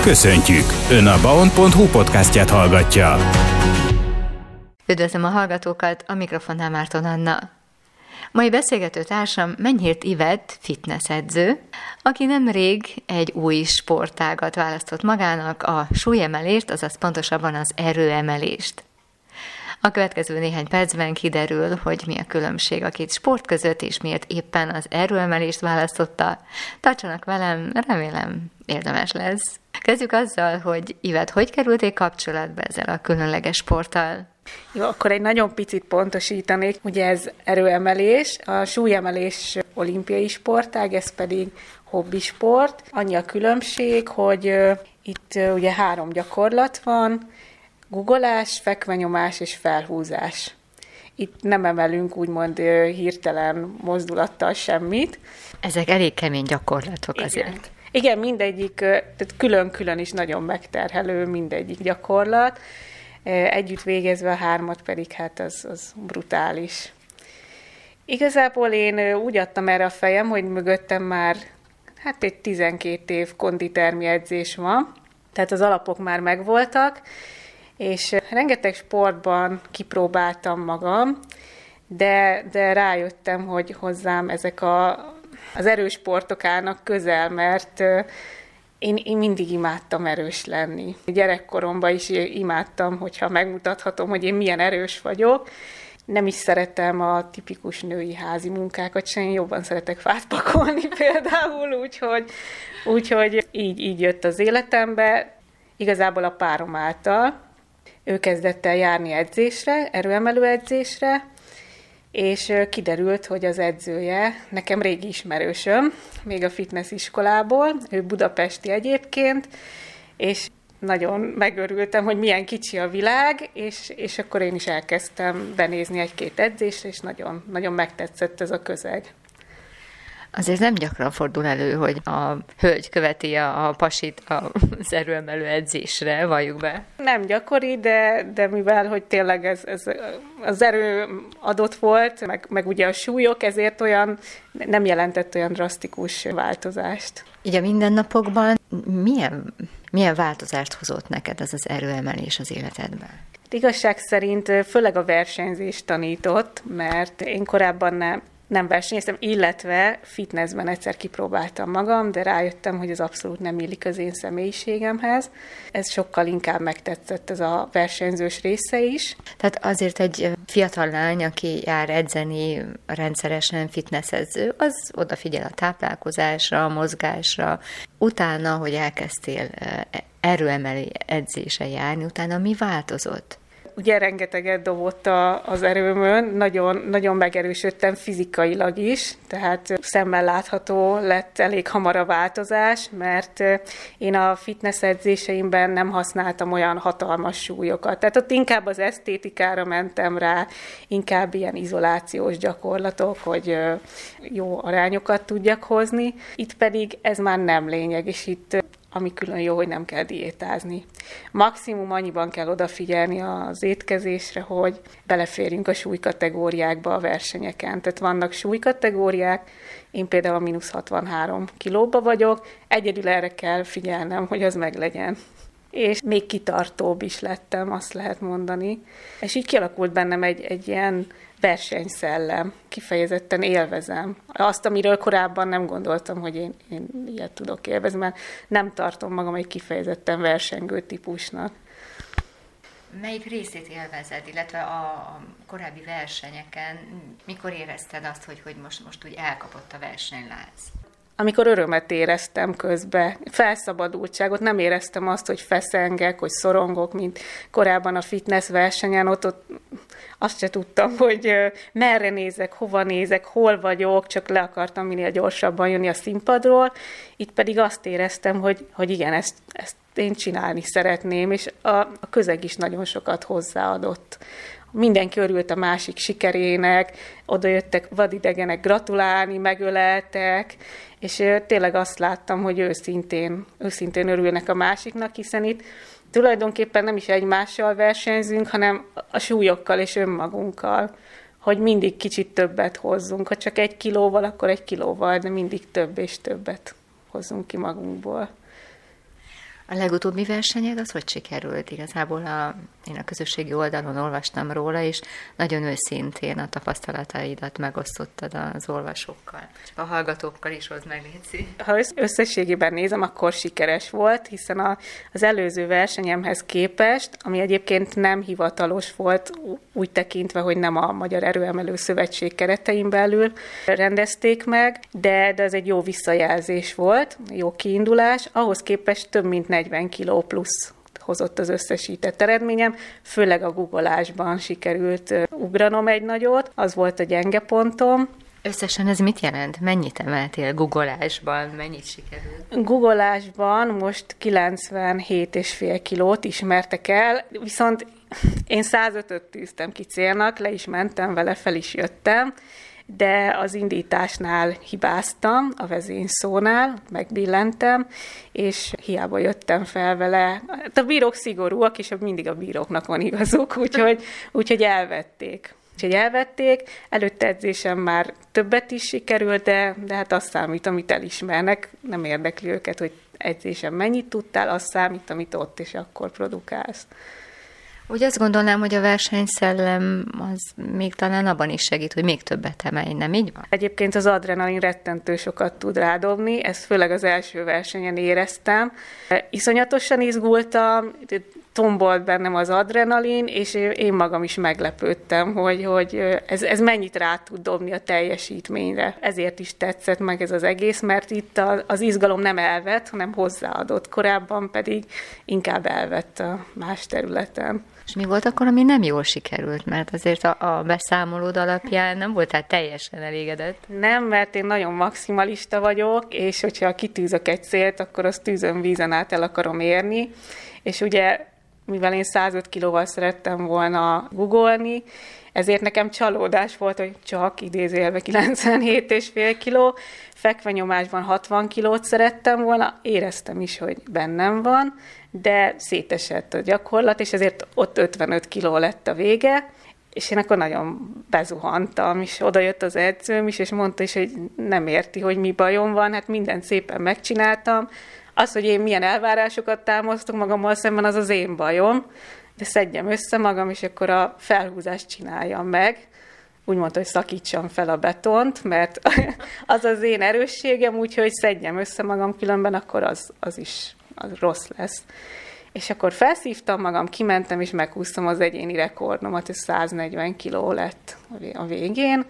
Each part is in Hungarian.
Köszöntjük! Ön a baon.hu podcastját hallgatja. Üdvözlöm a hallgatókat, a mikrofonnál Márton Anna. Mai beszélgető társam Menyhirt Ivett fitnessedző, aki nemrég egy új sportágat választott magának, a súlyemelést, azaz pontosabban az erőemelést. A következő néhány percben kiderül, hogy mi a különbség a két sport között, és miért éppen az erőemelést választotta. Tartsanak velem, remélem érdemes lesz. Kezdjük azzal, hogy Ivett, hogy kerültél kapcsolatba ezzel a különleges sporttal? Jó, akkor egy nagyon picit pontosítanék. Ugye ez erőemelés, a súlyemelés olimpiai sportág, ez pedig hobbisport. Annyi a különbség, hogy itt ugye 3 gyakorlat van, guggolás, fekvenyomás és felhúzás. Itt nem emelünk úgymond hirtelen mozdulattal semmit. Ezek elég kemény gyakorlatok azért. Igen, mindegyik, tehát külön-külön is nagyon megterhelő mindegyik gyakorlat. Együtt végezve a 3 pedig hát az brutális. Igazából én úgy adtam erre a fejem, hogy mögöttem már egy 12 év konditermi edzés van, tehát az alapok már megvoltak, és rengeteg sportban kipróbáltam magam, de rájöttem, hogy hozzám ezek az erős sportok állnak közel, mert én mindig imádtam erős lenni. Gyerekkoromban is imádtam, hogyha megmutathatom, hogy én milyen erős vagyok. Nem is szeretem a tipikus női házi munkákat sem, én jobban szeretek fát pakolni például, úgyhogy így jött az életembe. Igazából a párom által. Ő kezdett el járni edzésre, erőemelő edzésre, és kiderült, hogy az edzője nekem régi ismerősöm, még a fitness iskolából, ő budapesti egyébként, és nagyon megörültem, hogy milyen kicsi a világ, és akkor én is elkezdtem benézni 1-2 edzésre, és nagyon, nagyon megtetszett ez a közeg. Azért nem gyakran fordul elő, hogy a hölgy követi a pasit az erőemelő edzésre, valljuk be. Nem gyakori, de mivel, hogy tényleg ez az erő adott volt, meg ugye a súlyok, ezért nem jelentett olyan drasztikus változást. Így a mindennapokban milyen változást hozott neked ez az erőemelés az életedben? Igazság szerint főleg a versenyzést tanított, mert én korábban nem versenyeztem, illetve fitnessben egyszer kipróbáltam magam, de rájöttem, hogy ez abszolút nem illik az én személyiségemhez. Ez sokkal inkább megtetszett, ez a versenyzős része is. Tehát azért egy fiatal lány, aki jár edzeni rendszeresen fitnessedző, az odafigyel a táplálkozásra, a mozgásra. Utána, hogy elkezdtél erőemelő edzésre járni, utána mi változott? Ugye rengeteget dobott az erőmön, nagyon, nagyon megerősödtem fizikailag is, tehát szemmel látható lett elég hamar a változás, mert én a fitness edzéseimben nem használtam olyan hatalmas súlyokat. Tehát ott inkább az esztétikára mentem rá, inkább ilyen izolációs gyakorlatok, hogy jó arányokat tudjak hozni. Itt pedig ez már nem lényeg, és itt ami külön jó, hogy nem kell diétázni. Maximum annyiban kell odafigyelni az étkezésre, hogy beleférjünk a súlykategóriákba a versenyeken. Tehát vannak súlykategóriák, én például a -63 kilóba vagyok, egyedül erre kell figyelnem, hogy az meglegyen. És még kitartóbb is lettem, azt lehet mondani. És így kialakult bennem egy ilyen versenyszellem. Kifejezetten élvezem. Azt, amiről korábban nem gondoltam, hogy én ilyet tudok élvezni, mert nem tartom magam egy kifejezetten versengő típusnak. Melyik részét élvezed, illetve a korábbi versenyeken mikor érezted azt, hogy most úgy elkapott a versenyláz? Amikor örömet éreztem közben, felszabadultságot, nem éreztem azt, hogy feszengek, hogy szorongok, mint korábban a fitness versenyen, ott azt se tudtam, hogy merre nézek, hova nézek, hol vagyok, csak le akartam minél gyorsabban jönni a színpadról. Itt pedig azt éreztem, hogy igen, ezt én csinálni szeretném, és a közeg is nagyon sokat hozzáadott. Mindenki örült a másik sikerének, oda jöttek vadidegenek gratulálni, megöleltek, és tényleg azt láttam, hogy őszintén örülnek a másiknak, hiszen itt tulajdonképpen nem is egymással versenyzünk, hanem a súlyokkal és önmagunkkal, hogy mindig kicsit többet hozzunk. Ha csak 1 kilóval, akkor 1 kilóval, de mindig több és többet hozzunk ki magunkból. A legutóbbi versenyed az hogy sikerült? Igazából én a közösségi oldalon olvastam róla, és nagyon őszintén a tapasztalataidat megosztottad az olvasókkal. Csak a hallgatókkal is hozd meg, Léci. Ha összességében nézem, akkor sikeres volt, hiszen az előző versenyemhez képest, ami egyébként nem hivatalos volt, úgy tekintve, hogy nem a Magyar Erőemelő Szövetség keretein belül rendezték meg, de ez egy jó visszajelzés volt, jó kiindulás. Ahhoz képest több mint 40 kiló plusz hozott az összesített eredményem, főleg a guggolásban sikerült ugranom egy nagyot, az volt a gyenge pontom. Összesen ez mit jelent? Mennyit emeltél guggolásban? Mennyit sikerült? Guggolásban most 97,5 kilót ismertek el, viszont én 105-öt tűztem ki célnak, le is mentem vele, fel is jöttem, de az indításnál hibáztam, a vezényszónál, megbillentem, és hiába jöttem fel vele. Hát a bírók szigorúak, és mindig a bíróknak van igazuk, úgyhogy elvették. Előtte edzésem már többet is sikerült, de hát azt számít, amit elismernek. Nem érdekli őket, hogy edzésem mennyit tudtál, azt számít, amit ott és akkor produkálsz. Úgy azt gondolnám, hogy a versenyszellem az még talán abban is segít, hogy még többet emelj, nem így van? Egyébként az adrenalin rettentő sokat tud rádobni, ezt főleg az első versenyen éreztem. Iszonyatosan izgultam, tombolt bennem az adrenalin, és én magam is meglepődtem, hogy ez mennyit rá tud dobni a teljesítményre. Ezért is tetszett meg ez az egész, mert itt az izgalom nem elvett, hanem hozzáadott. Korábban pedig inkább elvett a más területen. És mi volt akkor, ami nem jól sikerült? Mert azért a beszámolód alapján nem voltál teljesen elégedett. Nem, mert én nagyon maximalista vagyok, és hogyha kitűzök egy célt, akkor azt tűzön vízen át el akarom érni. És ugye, mivel én 105 kilóval szerettem volna guggolni, ezért nekem csalódás volt, hogy csak idézőjelbe 97,5 kiló, fekvenyomásban 60 kilót szerettem volna, éreztem is, hogy bennem van, de szétesett a gyakorlat, és ezért ott 55 kiló lett a vége, és én akkor nagyon bezuhantam, és odajött az edzőm is, és mondta is, hogy nem érti, hogy mi bajom van, hát mindent szépen megcsináltam. Az, hogy én milyen elvárásokat támasztok magammal szemben, az az én bajom, de szedjem össze magam, és akkor a felhúzást csináljam meg. Úgy mondta, hogy szakítsam fel a betont, mert az az én erősségem, úgyhogy szedjem össze magam, különben akkor az rossz lesz. És akkor felszívtam magam, kimentem, és meghúztam az egyéni rekordnomat, ez 140 kiló lett a végén.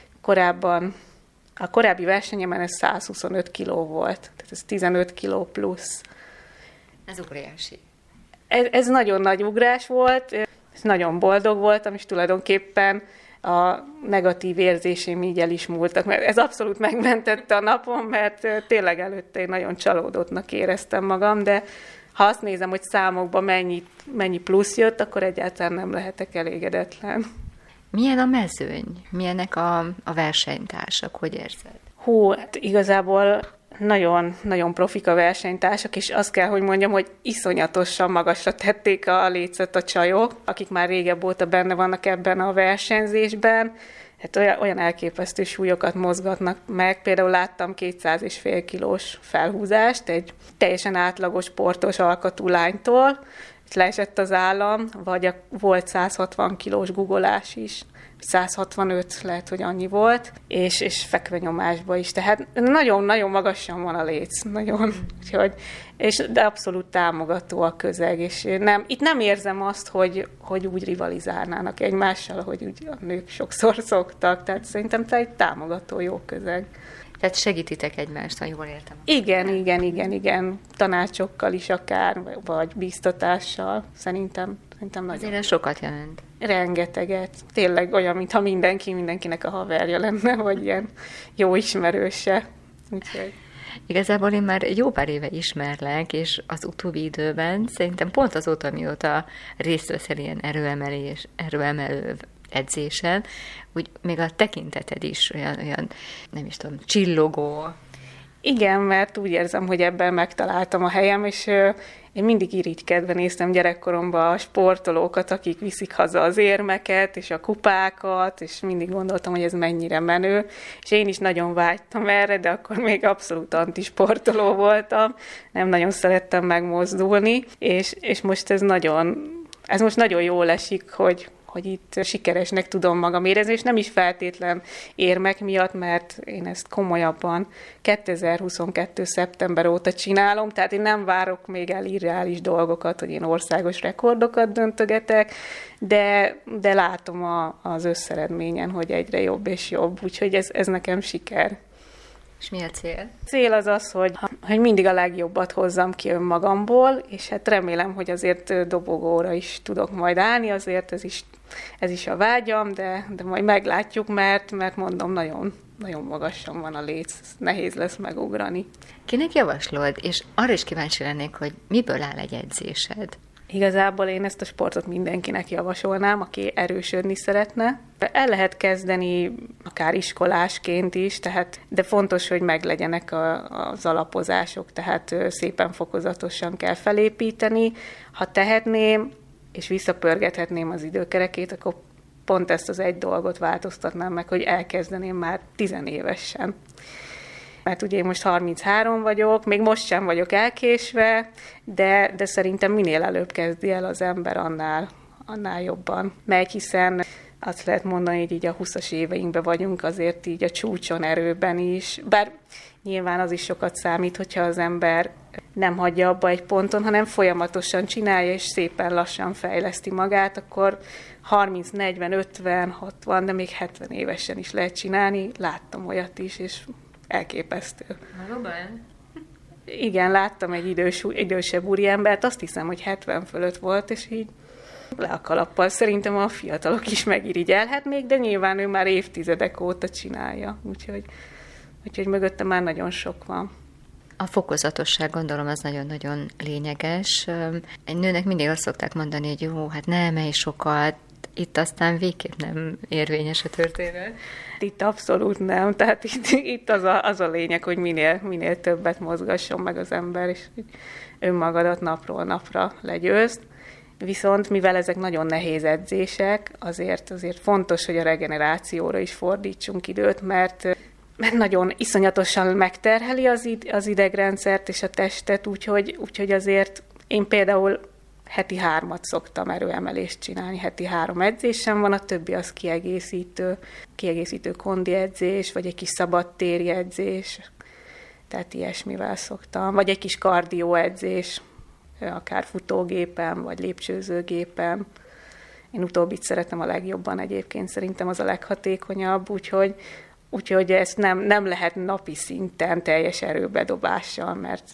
A korábbi versenyemen ez 125 kiló volt, tehát ez 15 kiló plusz. Ez óriási. Ez nagyon nagy ugrás volt, nagyon boldog voltam, és tulajdonképpen a negatív érzéseim így el is múltak, mert ez abszolút megmentette a napom, mert tényleg előtte én nagyon csalódottnak éreztem magam, de ha azt nézem, hogy számokban mennyi plusz jött, akkor egyáltalán nem lehetek elégedetlen. Milyen a mezőny? Milyenek a versenytársak? Hogy érzed? Hát igazából nagyon, nagyon profik a versenytársak, és azt kell, hogy mondjam, hogy iszonyatosan magasra tették a lécet a csajok, akik már régebb óta benne vannak ebben a versenyzésben. Hát olyan elképesztő súlyokat mozgatnak meg. Például láttam 200,5 kilós felhúzást egy teljesen átlagos sportos alkatú lánytól, leesett az állam, vagy volt 160 kilós guggolás is. 165 lehet, hogy annyi volt, és fekvenyomásban is. Tehát nagyon-nagyon magasan van a léc, nagyon. De abszolút támogató a közeg, és itt nem érzem azt, hogy úgy rivalizálnának egymással, ahogy úgy a nők sokszor szoktak. Tehát szerintem egy támogató jó közeg. Tehát segítitek egymást, ha jól értem. Igen. Tanácsokkal is akár, vagy bíztatással. Szerintem nagyon. Azért ez sokat jelent. Rengeteget. Tényleg olyan, mintha mindenkinek a haverja lenne, vagy ilyen jó ismerőse. Úgyhogy. Igazából én már jó pár éve ismerlek, és az utóbbi időben szerintem pont azóta, mióta részt veszel ilyen erőemelő edzésen, úgy még a tekinteted is olyan, nem is tudom, csillogó, Igen, mert úgy érzem, hogy ebben megtaláltam a helyem, és én mindig irigykedve néztem gyerekkoromban a sportolókat, akik viszik haza az érmeket, és a kupákat, és mindig gondoltam, hogy ez mennyire menő, és én is nagyon vágytam erre, de akkor még abszolút antisportoló voltam, nem nagyon szerettem megmozdulni, és most ez most nagyon jól esik, hogy itt sikeresnek tudom magam érezni, és nem is feltétlen érmek miatt, mert én ezt komolyabban 2022. szeptember óta csinálom, tehát én nem várok még el irreális dolgokat, hogy én országos rekordokat döntögetek, de látom az összeredményen, hogy egyre jobb és jobb, úgyhogy ez nekem siker. És mi a cél? A cél az, hogy mindig a legjobbat hozzam ki önmagamból, és hát remélem, hogy azért dobogóra is tudok majd állni, azért ez is a vágyam, de majd meglátjuk, mert mondom, nagyon, nagyon magasan van a léc, nehéz lesz megugrani. Kinek javaslod? És arra is kíváncsi lennék, hogy miből áll egy edzésed? Igazából én ezt a sportot mindenkinek javasolnám, aki erősödni szeretne. El lehet kezdeni akár iskolásként is, de fontos, hogy meglegyenek az alapozások, tehát szépen fokozatosan kell felépíteni. Ha tehetném, és visszapörgethetném az időkerekét, akkor pont ezt az egy dolgot változtatnám meg, hogy elkezdeném már 10 évesen. Mert ugye én most 33 vagyok, még most sem vagyok elkésve, de szerintem minél előbb kezdi el az ember, annál jobban megy, hiszen azt lehet mondani, hogy így a 20-as éveinkben vagyunk azért így a csúcson erőben is, bár nyilván az is sokat számít, hogyha az ember nem hagyja abba egy ponton, hanem folyamatosan csinálja, és szépen lassan fejleszti magát, akkor 30, 40, 50, 60, de még 70 évesen is lehet csinálni. Láttam olyat is, és elképesztő. Valóban? Igen, láttam egy idősebb úriembert, azt hiszem, hogy 70 fölött volt, és így le a kalappal. Szerintem a fiatalok is megirigyelhetnék, de nyilván ő már évtizedek óta csinálja, úgyhogy mögötte már nagyon sok van. A fokozatosság, gondolom, az nagyon-nagyon lényeges. Egy nőnek mindig azt szokták mondani, hogy jó, hát ne emelj sokat, itt aztán végképp nem érvényes a történet. Itt abszolút nem, tehát itt az a lényeg, hogy minél többet mozgasson meg az ember, és önmagadat napról napra legyőzd. Viszont mivel ezek nagyon nehéz edzések, azért fontos, hogy a regenerációra is fordítsunk időt, mert nagyon iszonyatosan megterheli az idegrendszert és a testet, úgyhogy azért én például heti 3 szoktam erőemelést csinálni, heti 3 edzésem van, a többi az kiegészítő kondi edzés, vagy egy kis szabadtéri edzés, tehát ilyesmivel szoktam, vagy egy kis kardió edzés, akár futógépen, vagy lépcsőzőgépen. Én utóbbit szeretem a legjobban egyébként, szerintem az a leghatékonyabb, úgyhogy ezt nem lehet napi szinten teljes erőbedobással, mert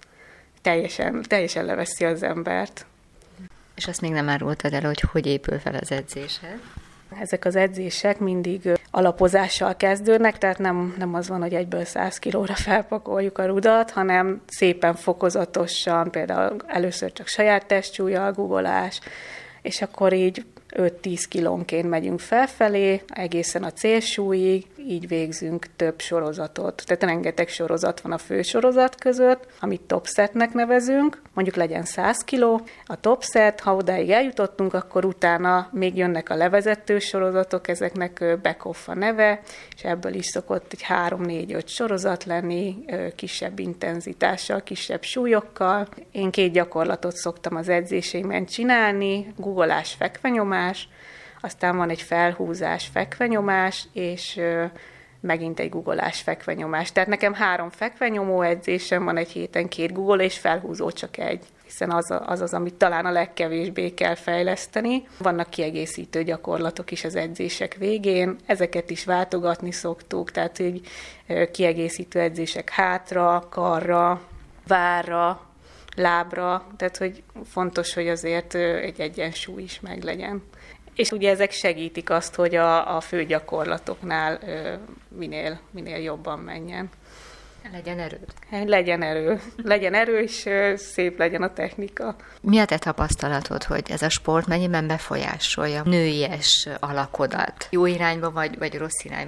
teljesen leveszi az embert. És azt még nem árultad el, hogy épül fel az edzésed? Ezek az edzések mindig alapozással kezdődnek, tehát nem az van, hogy egyből 100 kilóra felpakoljuk a rudat, hanem szépen fokozatosan, például először csak saját testsúllyal, guggolás, és akkor így 5-10 kilónként megyünk felfelé, egészen a célsúlyig, így végzünk több sorozatot. Tehát rengeteg sorozat van a fősorozat között, amit topsetnek nevezünk, mondjuk legyen 100 kiló. A topset, ha odáig eljutottunk, akkor utána még jönnek a levezető sorozatok, ezeknek back-off a neve, és ebből is szokott egy 3-4-5 sorozat lenni, kisebb intenzitással, kisebb súlyokkal. Én 2 gyakorlatot szoktam az edzéseimben csinálni, guggolás, fekvenyomás, aztán van egy felhúzás, fekvenyomás, és megint egy guggolás, fekvenyomás. Tehát nekem 3 fekvenyomó edzésem van egy héten, 2 guggol és felhúzó csak egy, hiszen az, amit talán a legkevésbé kell fejleszteni. Vannak kiegészítő gyakorlatok is az edzések végén, ezeket is váltogatni szoktuk, tehát így kiegészítő edzések hátra, karra, várra, lábra, tehát hogy fontos, hogy azért egy egyensúly is meglegyen. És ugye ezek segítik azt, hogy a fő gyakorlatoknál minél jobban menjen. Legyen erőd. Legyen erő, és szép legyen a technika. Mi a te tapasztalatod, hogy ez a sport mennyiben befolyásolja nőies alakodat? Jó irányba vagy rossz irányba?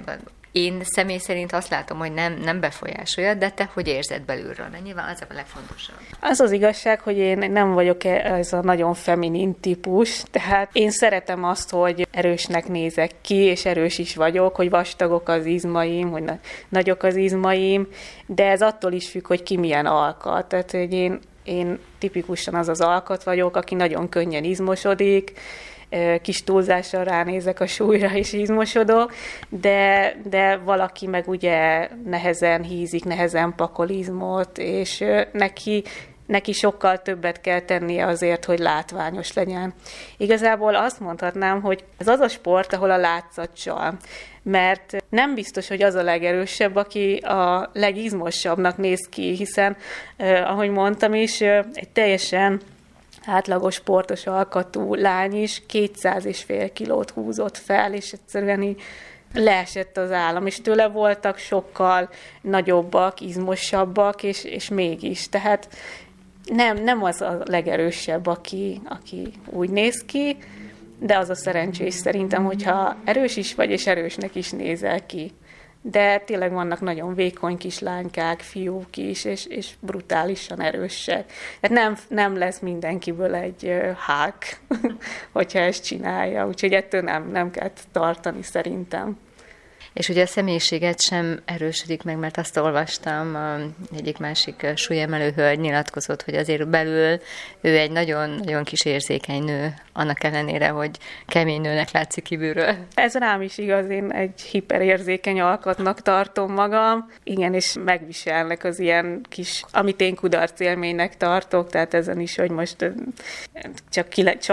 Én személy szerint azt látom, hogy nem befolyásolja, de te hogy érzed belülről? Mert nyilván az a legfontosabb. Az az igazság, hogy én nem vagyok ez a nagyon feminin típus, tehát én szeretem azt, hogy erősnek nézek ki, és erős is vagyok, hogy vastagok az izmaim, hogy nagyok az izmaim, de ez attól is függ, hogy ki milyen alkat. Tehát, hogy én tipikusan az alkat vagyok, aki nagyon könnyen izmosodik, kis túlzással ránézek a súlyra, és izmosodok, de valaki meg ugye nehezen hízik, nehezen pakol izmot, és neki sokkal többet kell tennie azért, hogy látványos legyen. Igazából azt mondhatnám, hogy ez az a sport, ahol a látszat csal, mert nem biztos, hogy az a legerősebb, aki a legizmosabbnak néz ki, hiszen, ahogy mondtam is, egy teljesen átlagos sportos alkatú lány is 200,5 kilót húzott fel, és egyszerűen így leesett az állam, és tőle voltak sokkal nagyobbak, izmosabbak, és mégis. Tehát nem az a legerősebb, aki úgy néz ki, de az a szerencsés szerintem, hogyha erős is vagy, és erősnek is nézel ki. De tényleg vannak nagyon vékony kislánykák, fiúk is, és brutálisan erősek. Tehát nem lesz mindenkiből egy Hulk, hogyha ezt csinálja. Úgyhogy ettől nem kell tartani szerintem. És ugye a személyiséget sem erősödik meg, mert azt olvastam, egyik másik súlyemelő hölgy nyilatkozott, hogy azért belül ő egy nagyon-nagyon kis érzékeny nő, annak ellenére, hogy kemény nőnek látszik kívülről. Ez rám is igaz, én egy hiperérzékeny alkatnak tartom magam. Igen, és megviselnek az ilyen kis, amit én kudarcélménynek tartok, tehát ezen is, hogy most csak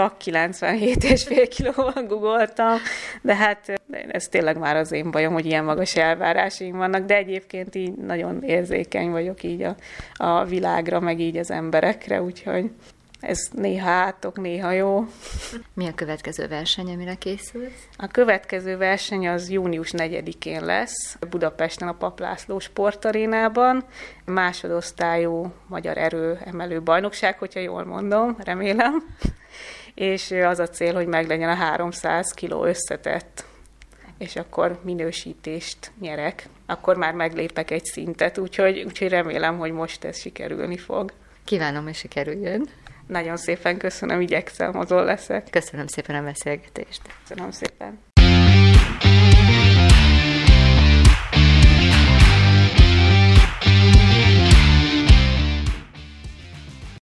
97,5 kilóval googoltam, de hát ez tényleg már az én bajom, hogy ilyen magas elvárásaim vannak, de egyébként így nagyon érzékeny vagyok így a világra, meg így az emberekre, úgyhogy ez néha átok, néha jó. Mi a következő verseny, amire készülsz? A következő verseny az június 4-én lesz, Budapesten a Papp László sportarénában. Másodosztályú magyar erőemelő bajnokság, hogyha jól mondom, remélem. És az a cél, hogy meglegyen a 300 kiló összetett, és akkor minősítést nyerek. Akkor már meglépek egy szintet, úgyhogy remélem, hogy most ez sikerülni fog. Kívánom, hogy sikerüljön. Nagyon szépen köszönöm, igyekszem, azon leszek. Köszönöm szépen a beszélgetést. Köszönöm szépen.